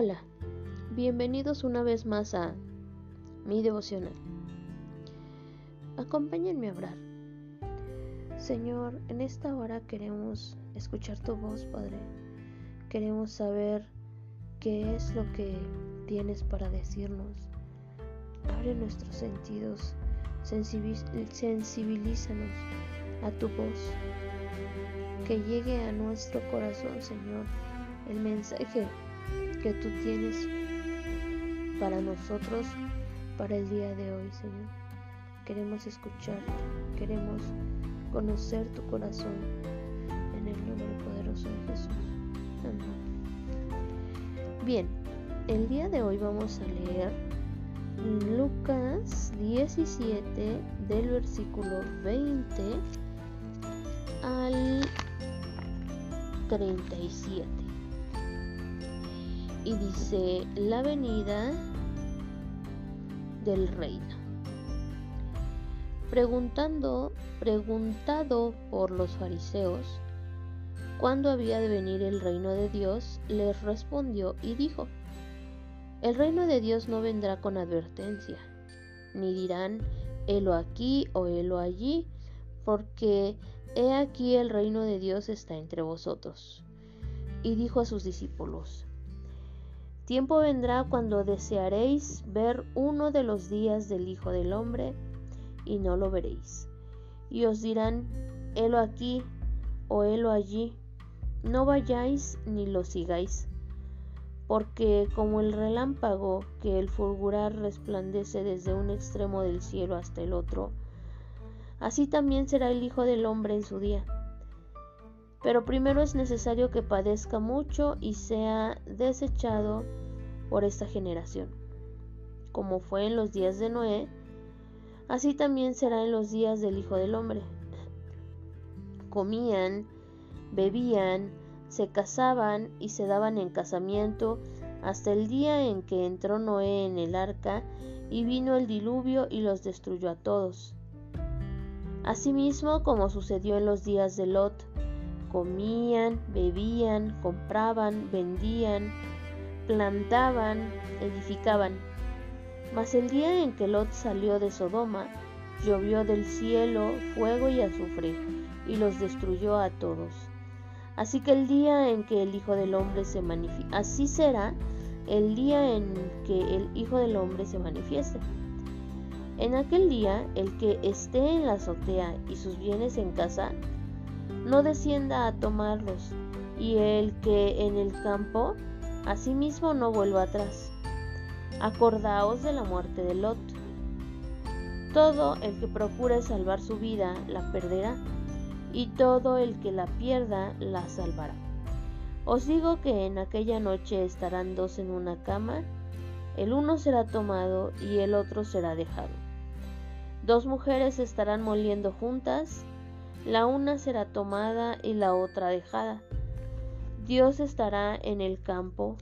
Hola, bienvenidos una vez más a mi devocional. Acompáñenme a orar. Señor, en esta hora queremos escuchar tu voz, Padre. Queremos saber qué es lo que tienes para decirnos. Abre nuestros sentidos, sensibilízanos a tu voz. Que llegue a nuestro corazón, Señor, el mensaje que tú tienes para nosotros, para el día de hoy, Señor. Queremos escucharte, queremos conocer tu corazón, en el nombre poderoso de Jesús. Amén. Bien, el día de hoy vamos a leer Lucas 17 del versículo 20 al 37. Y dice: la venida del reino. Preguntado por los fariseos cuándo había de venir el reino de Dios, les respondió y dijo: el reino de Dios no vendrá con advertencia, ni dirán helo aquí o helo allí, porque he aquí el reino de Dios está entre vosotros. Y dijo a sus discípulos: tiempo vendrá cuando desearéis ver uno de los días del Hijo del Hombre, y no lo veréis. Y os dirán: helo aquí o helo allí, no vayáis ni lo sigáis. Porque como el relámpago que el fulgurar resplandece desde un extremo del cielo hasta el otro, así también será el Hijo del Hombre en su día. Pero primero es necesario que padezca mucho y sea desechado por esta generación. Como fue en los días de Noé, así también será en los días del Hijo del Hombre. Comían, bebían, se casaban y se daban en casamiento hasta el día en que entró Noé en el arca y vino el diluvio y los destruyó a todos. Asimismo, como sucedió en los días de Lot, comían, bebían, compraban, vendían, plantaban, edificaban. Mas el día en que Lot salió de Sodoma, llovió del cielo fuego y azufre, y los destruyó a todos. Así que el día en que el Hijo del Hombre se manifieste, así será el día en que el Hijo del Hombre se manifieste. En aquel día, el que esté en la azotea y sus bienes en casa, no descienda a tomarlos, y el que en el campo, asimismo no vuelva atrás. Acordaos de la muerte de Lot. Todo el que procure salvar su vida la perderá, y todo el que la pierda la salvará. Os digo que en aquella noche estarán dos en una cama, el uno será tomado y el otro será dejado. Dos mujeres estarán moliendo juntas, la una será tomada y la otra dejada. Dios estará en el campo,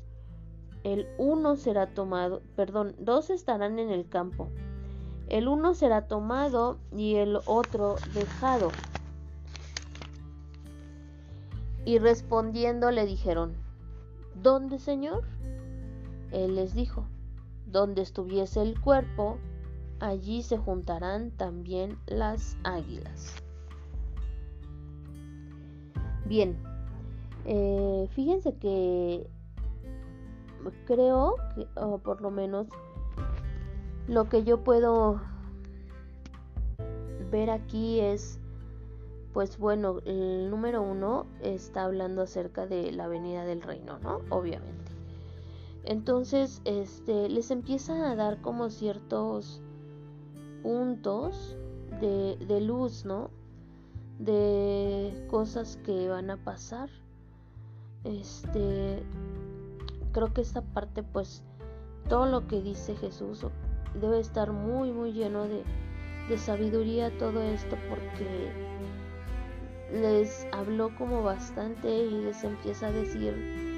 dos estarán en el campo, el uno será tomado y el otro dejado. Y respondiendo le dijeron: ¿dónde, Señor? Él les dijo: donde estuviese el cuerpo, allí se juntarán también las águilas. Bien, fíjense que creo que, o por lo menos lo que yo puedo ver aquí es, pues bueno, el número 1 está hablando acerca de la venida del reino, ¿no? Obviamente. Entonces, les empieza a dar como ciertos puntos de luz, ¿no? De cosas que van a pasar. Creo que esta parte, pues, todo lo que dice Jesús debe estar muy, muy lleno de sabiduría todo esto, porque les habló como bastante y les empieza a decir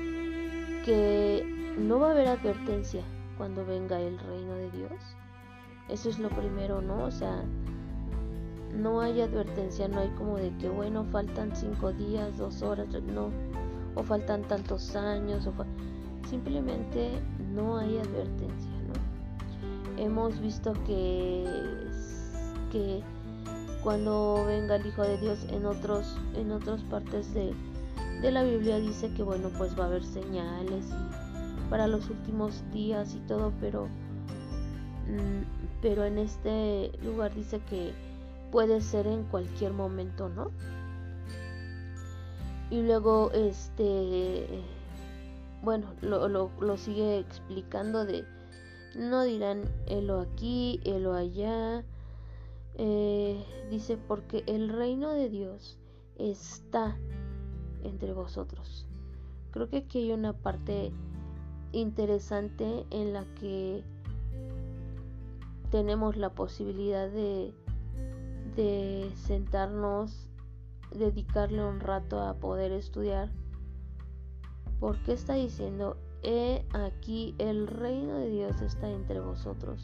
que no va a haber advertencia cuando venga el reino de Dios. Eso es lo primero, ¿no? O sea, no hay advertencia, no hay como de que bueno, faltan 5 días, 2 horas, no, o faltan tantos años, simplemente no hay advertencia, ¿no? Hemos visto que cuando venga el Hijo de Dios en otras partes de la Biblia dice que bueno, pues va a haber señales y para los últimos días y todo, pero en este lugar dice que puede ser en cualquier momento, ¿no? Y luego bueno, lo sigue explicando de no dirán helo aquí, helo allá. Dice porque el reino de Dios está entre vosotros. Creo que aquí hay una parte interesante en la que tenemos la posibilidad de sentarnos, dedicarle un rato a poder estudiar. ¿Por qué está diciendo aquí el reino de Dios está entre vosotros?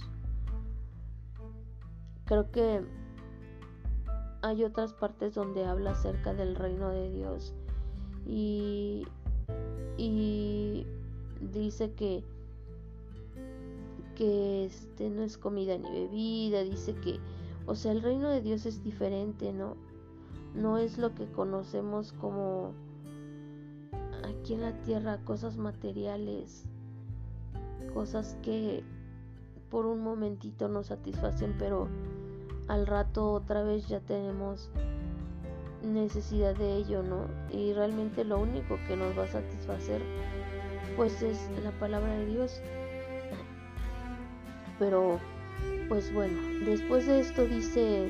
Creo que hay otras partes donde habla acerca del reino de Dios y dice que no es comida ni bebida, dice que, o sea, el reino de Dios es diferente, no es lo que conocemos como aquí en la tierra, cosas materiales, cosas que por un momentito nos satisfacen, pero al rato otra vez ya tenemos necesidad de ello, ¿no? Y realmente lo único que nos va a satisfacer pues es la palabra de Dios. Pero pues bueno, después de esto dice: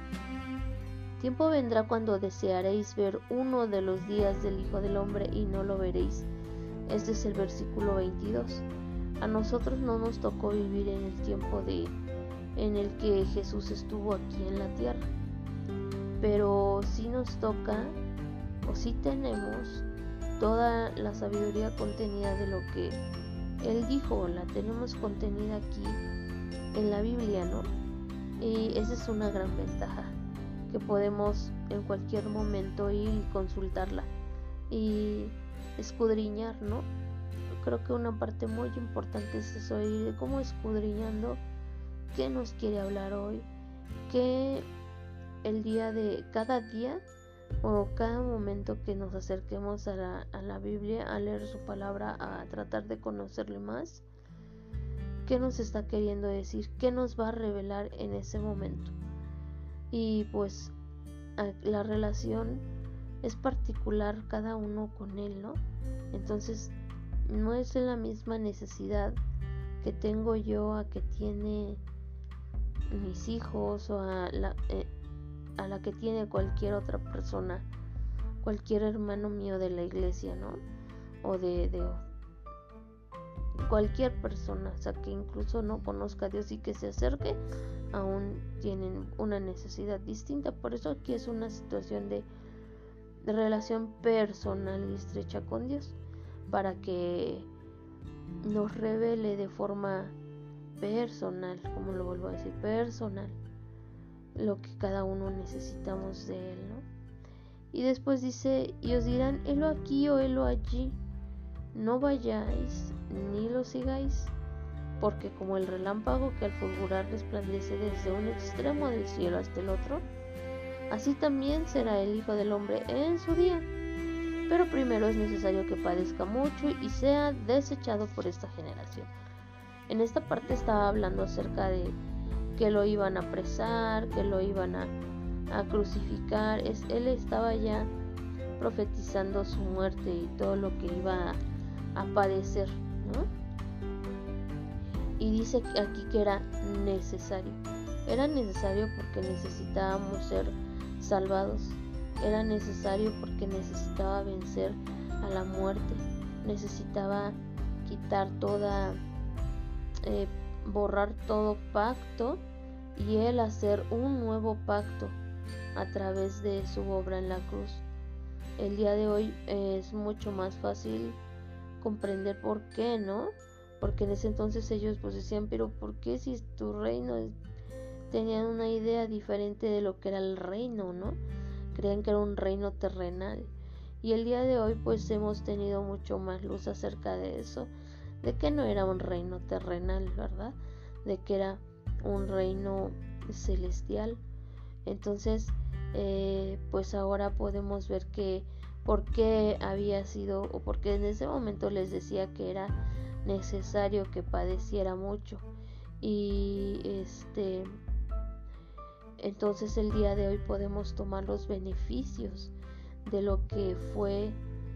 tiempo vendrá cuando desearéis ver uno de los días del Hijo del Hombre y no lo veréis. Este es el versículo 22. A nosotros no nos tocó vivir en el tiempo en el que Jesús estuvo aquí en la tierra, pero sí nos toca, o sí tenemos toda la sabiduría contenida de lo que Él dijo, la tenemos contenida aquí en la Biblia, ¿no? Y esa es una gran ventaja, que podemos en cualquier momento ir y consultarla y escudriñar, ¿no? Creo que una parte muy importante es eso, ir como escudriñando qué nos quiere hablar hoy, que el día de cada día o cada momento que nos acerquemos a la Biblia, a leer su palabra, a tratar de conocerle más, qué nos está queriendo decir, qué nos va a revelar en ese momento. Y pues la relación es particular cada uno con él, ¿no? Entonces no es la misma necesidad que tengo yo a que tiene mis hijos o a la que tiene cualquier otra persona, cualquier hermano mío de la iglesia, ¿no? O de cualquier persona, o sea, que incluso no conozca a Dios y que se acerque, aún tienen una necesidad distinta. Por eso aquí es una situación de relación personal y estrecha con Dios, para que nos revele de forma personal, como lo vuelvo a decir, personal, lo que cada uno necesitamos de Él, ¿no? Y después dice: y os dirán helo aquí o helo allí, no vayáis ni lo sigáis, porque como el relámpago que al fulgurar resplandece desde un extremo del cielo hasta el otro, así también será el Hijo del Hombre en su día. Pero primero es necesario que padezca mucho y sea desechado por esta generación. En esta parte estaba hablando acerca de que lo iban a apresar, que lo iban a crucificar. Él estaba ya profetizando su muerte y todo lo que iba a padecer, ¿no? Y dice aquí que era necesario. Era necesario porque necesitábamos ser salvados. Era necesario porque necesitaba vencer a la muerte. Necesitaba quitar borrar todo pacto y Él hacer un nuevo pacto a través de su obra en la cruz. El día de hoy es mucho más fácil comprender por qué, ¿no? Porque en ese entonces ellos pues decían: pero ¿por qué si tu reino? Tenían una idea diferente de lo que era el reino, ¿no? Creían que era un reino terrenal. Y el día de hoy pues hemos tenido mucho más luz acerca de eso, de que no era un reino terrenal, ¿verdad? De que era un reino celestial. Entonces pues ahora podemos ver que por qué había sido, o porque en ese momento les decía que era necesario que padeciera mucho. Y entonces el día de hoy podemos tomar los beneficios de lo que fue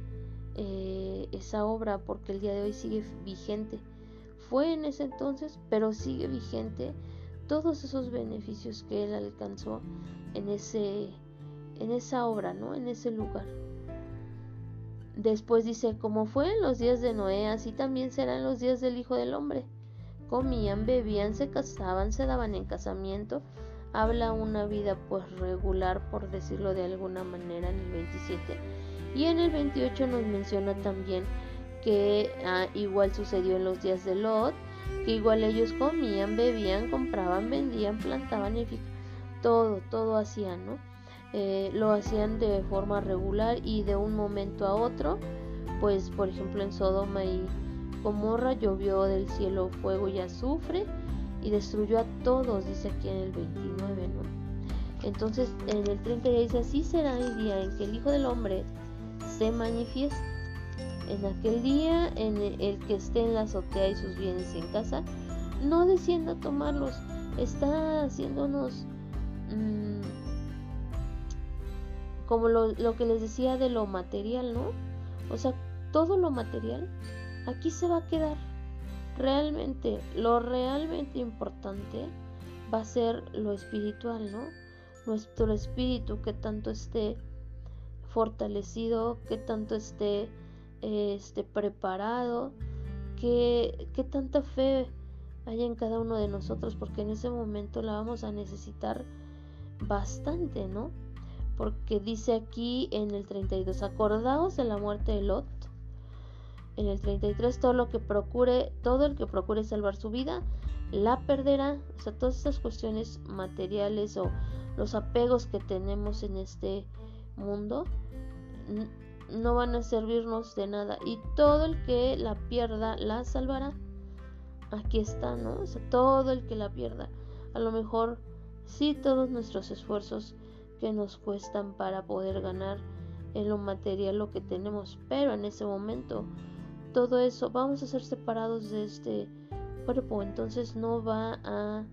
esa obra, porque el día de hoy sigue vigente. Fue en ese entonces, pero sigue vigente todos esos beneficios que él alcanzó en esa obra, ¿no? En ese lugar. Después dice, como fue en los días de Noé, así también serán los días del Hijo del Hombre. Comían, bebían, se casaban, se daban en casamiento. Habla una vida pues regular, por decirlo de alguna manera, en el 27. Y en el 28 nos menciona también que igual sucedió en los días de Lot, que igual ellos comían, bebían, compraban, vendían, plantaban, todo hacían, ¿no? Lo hacían de forma regular y de un momento a otro, pues por ejemplo en Sodoma y Gomorra llovió del cielo fuego y azufre y destruyó a todos, dice aquí en el 29, ¿no? Entonces en el 30 dice, así será el día en que el Hijo del Hombre se manifieste. En aquel día en el que esté en la azotea y sus bienes en casa, no descienda a tomarlos. Está haciéndonos como lo que les decía de lo material, ¿no? O sea, todo lo material aquí se va a quedar. Realmente, lo realmente importante va a ser lo espiritual, ¿no? Nuestro espíritu, que tanto esté fortalecido, que tanto esté preparado, que tanta fe haya en cada uno de nosotros, porque en ese momento la vamos a necesitar bastante, ¿no? Porque dice aquí en el 32, acordaos de la muerte de Lot. En el 33, todo el que procure salvar su vida, la perderá. O sea, todas estas cuestiones materiales o los apegos que tenemos en este mundo no van a servirnos de nada. Y todo el que la pierda, la salvará. Aquí está, ¿no? O sea, todo el que la pierda. A lo mejor sí, todos nuestros esfuerzos que nos cuestan para poder ganar en lo material lo que tenemos, pero en ese momento todo eso vamos a ser separados de este cuerpo, entonces no va a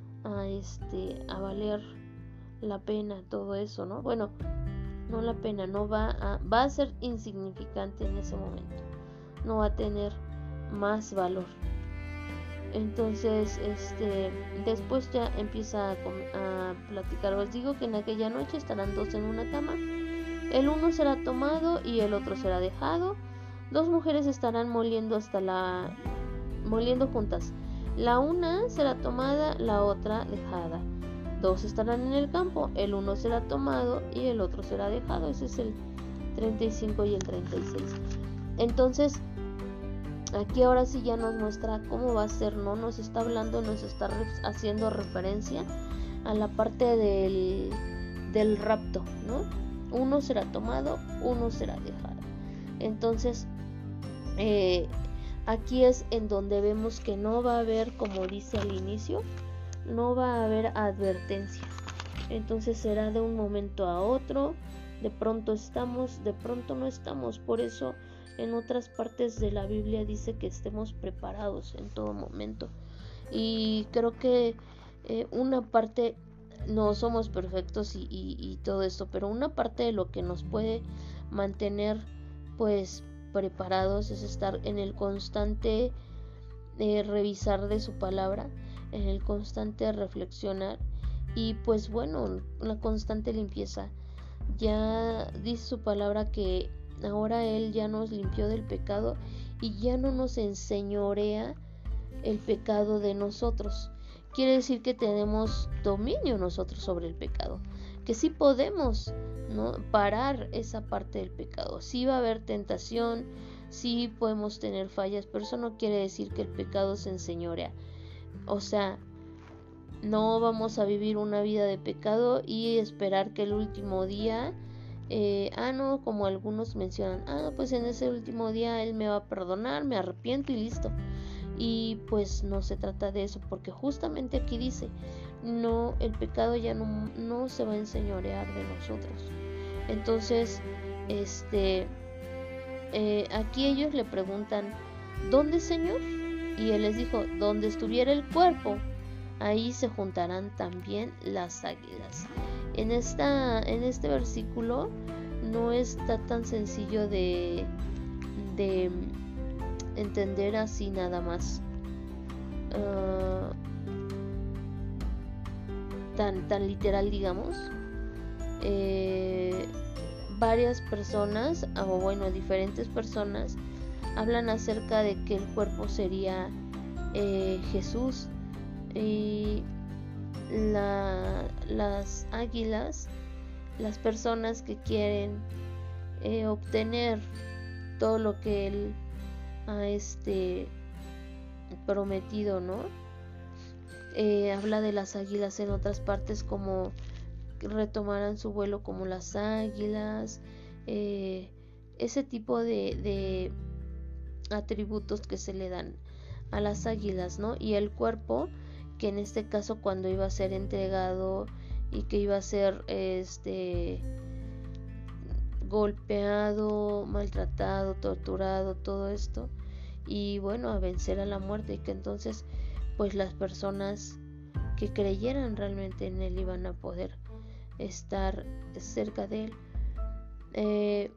valer la pena todo eso, ¿no? Bueno, no la pena, no va a ser insignificante en ese momento, no va a tener más valor. Entonces, después ya empieza a platicar. Os digo que en aquella noche estarán dos en una cama. El uno será tomado y el otro será dejado. Dos mujeres estarán moliendo juntas. La una será tomada, la otra dejada. Dos estarán en el campo. El uno será tomado y el otro será dejado. Ese es el 35 y el 36. Entonces, aquí ahora sí ya nos muestra cómo va a ser, ¿no? Nos está hablando, nos está haciendo referencia a la parte del rapto, ¿no? Uno será tomado, uno será dejado. Entonces, aquí es en donde vemos que no va a haber, como dice al inicio, no va a haber advertencia. Entonces será de un momento a otro, de pronto estamos, de pronto no estamos. Por eso en otras partes de la Biblia dice que estemos preparados en todo momento. Y creo que una parte, no somos perfectos y todo esto, pero una parte de lo que nos puede mantener pues preparados es estar en el constante revisar de su palabra, en el constante reflexionar y pues bueno, la constante limpieza. Ya dice su palabra que ahora Él ya nos limpió del pecado y ya no nos enseñorea el pecado de nosotros. Quiere decir que tenemos dominio nosotros sobre el pecado, que sí podemos, ¿no?, parar esa parte del pecado. Sí va a haber tentación, sí podemos tener fallas, pero eso no quiere decir que el pecado se enseñorea. O sea, no vamos a vivir una vida de pecado y esperar que el último día No, como algunos mencionan, pues en ese último día Él me va a perdonar, me arrepiento y listo. Y pues no se trata de eso, porque justamente aquí dice, no, el pecado ya no se va a enseñorear de nosotros. Entonces, aquí ellos le preguntan, ¿dónde, Señor? Y Él les dijo, donde estuviera el cuerpo, ahí se juntarán también las águilas. En este versículo no está tan sencillo de entender así nada más, tan literal, digamos. Varias personas, diferentes personas hablan acerca de que el cuerpo sería Jesús, y las águilas, las personas que quieren obtener todo lo que Él ha prometido, ¿no? Habla de las águilas en otras partes como retomarán su vuelo como las águilas, ese tipo de atributos que se le dan a las águilas, ¿no? Y el cuerpo, que en este caso cuando iba a ser entregado y que iba a ser golpeado, maltratado, torturado, todo esto, y bueno, a vencer a la muerte, y que entonces pues las personas que creyeran realmente en Él iban a poder estar cerca de Él.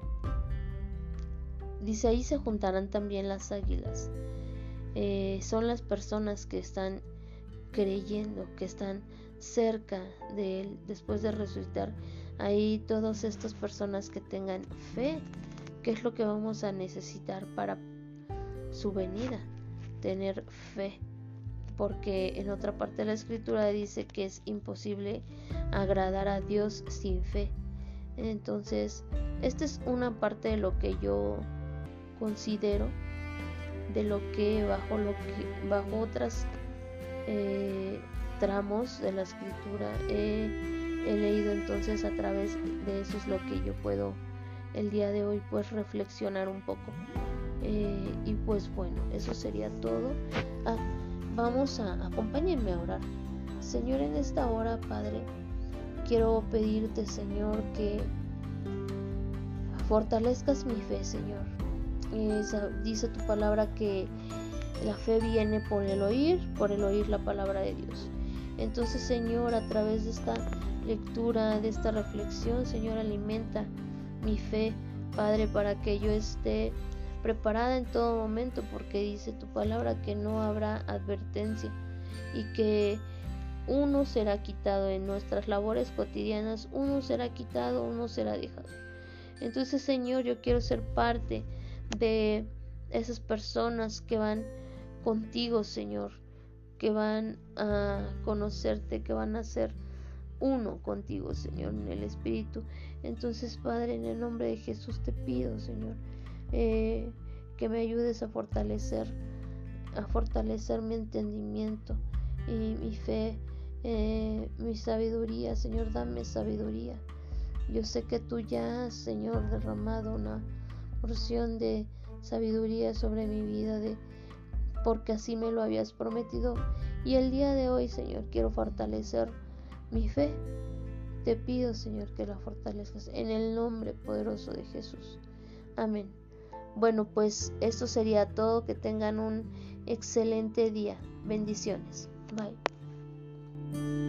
Dice, ahí se juntarán también las águilas. Son las personas que están creyendo, que están cerca de Él después de resucitar. Ahí todas estas personas que tengan fe, que es lo que vamos a necesitar para su venida, tener fe, porque en otra parte de la escritura dice que es imposible agradar a Dios sin fe. Entonces, esta es una parte de lo que yo considero, de lo que bajo otras tramos de la escritura he leído. Entonces, a través de eso es lo que yo puedo el día de hoy pues reflexionar un poco, y pues bueno, eso sería todo. Acompáñenme a orar. Señor, en esta hora, Padre, quiero pedirte, Señor, que fortalezcas mi fe, Señor. Dice tu palabra que la fe viene por el oír la palabra de Dios. Entonces, Señor, a través de esta lectura, de esta reflexión, Señor, alimenta mi fe, Padre, para que yo esté preparada en todo momento, porque dice tu palabra que no habrá advertencia y que uno será quitado en nuestras labores cotidianas, uno será quitado, uno será dejado. Entonces, Señor, yo quiero ser parte de esas personas que van contigo, Señor, que van a conocerte, que van a ser uno contigo, Señor, en el Espíritu. Entonces, Padre, en el nombre de Jesús te pido, Señor, que me ayudes a fortalecer mi entendimiento y mi fe, mi sabiduría. Señor, dame sabiduría. Yo sé que tú ya has, Señor, derramado una porción de sabiduría sobre mi vida, porque así me lo habías prometido, y el día de hoy, Señor, quiero fortalecer mi fe. Te pido, Señor, que la fortalezcas en el nombre poderoso de Jesús. Amén. Bueno, pues esto sería todo. Que tengan un excelente día. Bendiciones. Bye.